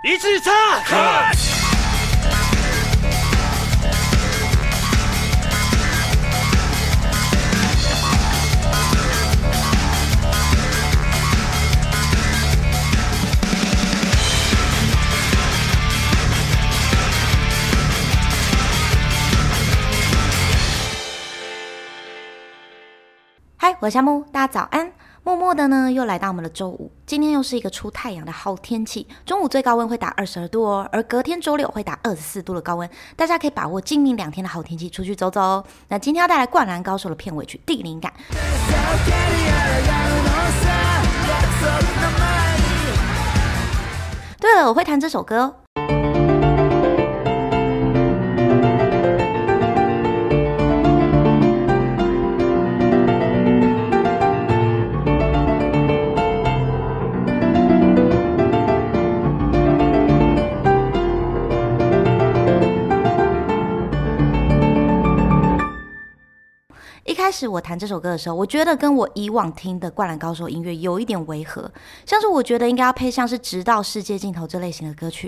一字差。 嗨，我是夏木，大家早安。默默的呢，又来到我们的周五，今天又是一个出太阳的好天气，中午最高温会达22度哦，而隔天周六会达24度的高温，大家可以把握今明2天的好天气出去走走哦。那今天要带来《灌篮高手》的片尾曲《地灵感》。对了，我会弹这首歌哦。一开始我弹这首歌的时候，我觉得跟我以往听的《灌篮高手》音乐有一点违和，像是我觉得应该要配像是《直到世界尽头》这类型的歌曲。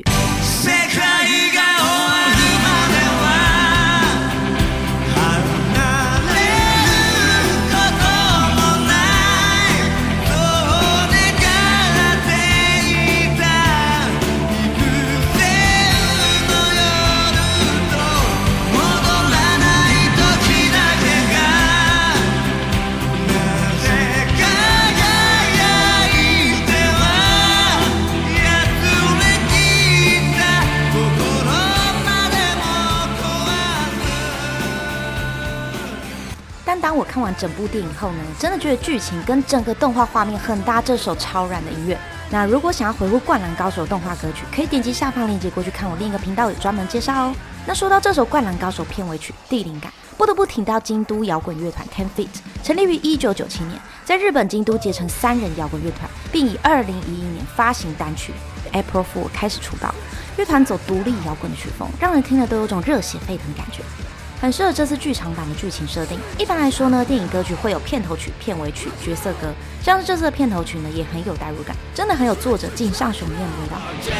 但当我看完整部电影后呢，真的觉得剧情跟整个动画画面很搭这首超燃的音乐。那如果想要回顾《灌篮高手》动画歌曲，可以点击下方链接过去看我另一个频道有专门介绍哦。那说到这首《灌篮高手》片尾曲《地灵感》，不得不提到京都摇滚乐团 Ten Feet， 成立于1997年，在日本京都结成3人摇滚乐团，并以2011年发行单曲 April Fool 开始出道。乐团走独立摇滚的曲风，让人听了都有种热血沸腾的感觉。很适合这次剧场版的剧情设定。一般来说呢，电影歌曲会有片头曲、片尾曲、角色歌，像是这次的片头曲呢，也很有代入感，真的很有作者井上雄彦的味道。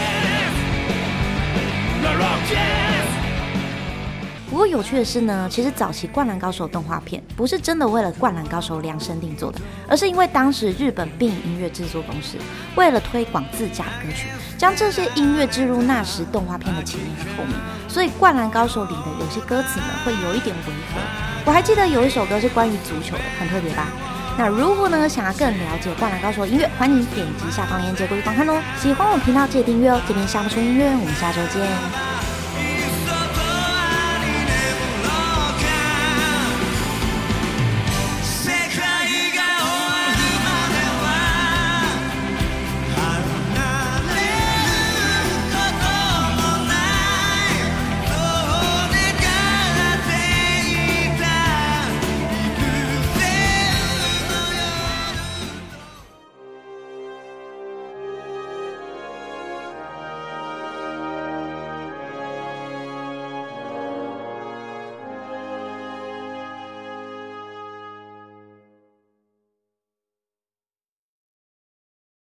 不过有趣的是呢，其实早期《灌篮高手》动画片不是真的为了《灌篮高手》量身定做的，而是因为当时日本并音乐制作公司为了推广自家的歌曲，将这些音乐置入那时动画片的前面和后面，所以《灌篮高手》里的有些歌词呢会有一点违和。我还记得有一首歌是关于足球的，很特别吧？那如果呢想要更了解《灌篮高手》的音乐，欢迎点击下方链接过去观看哦。喜欢我频道记得订阅哦。这边夏木说音乐，我们下周见。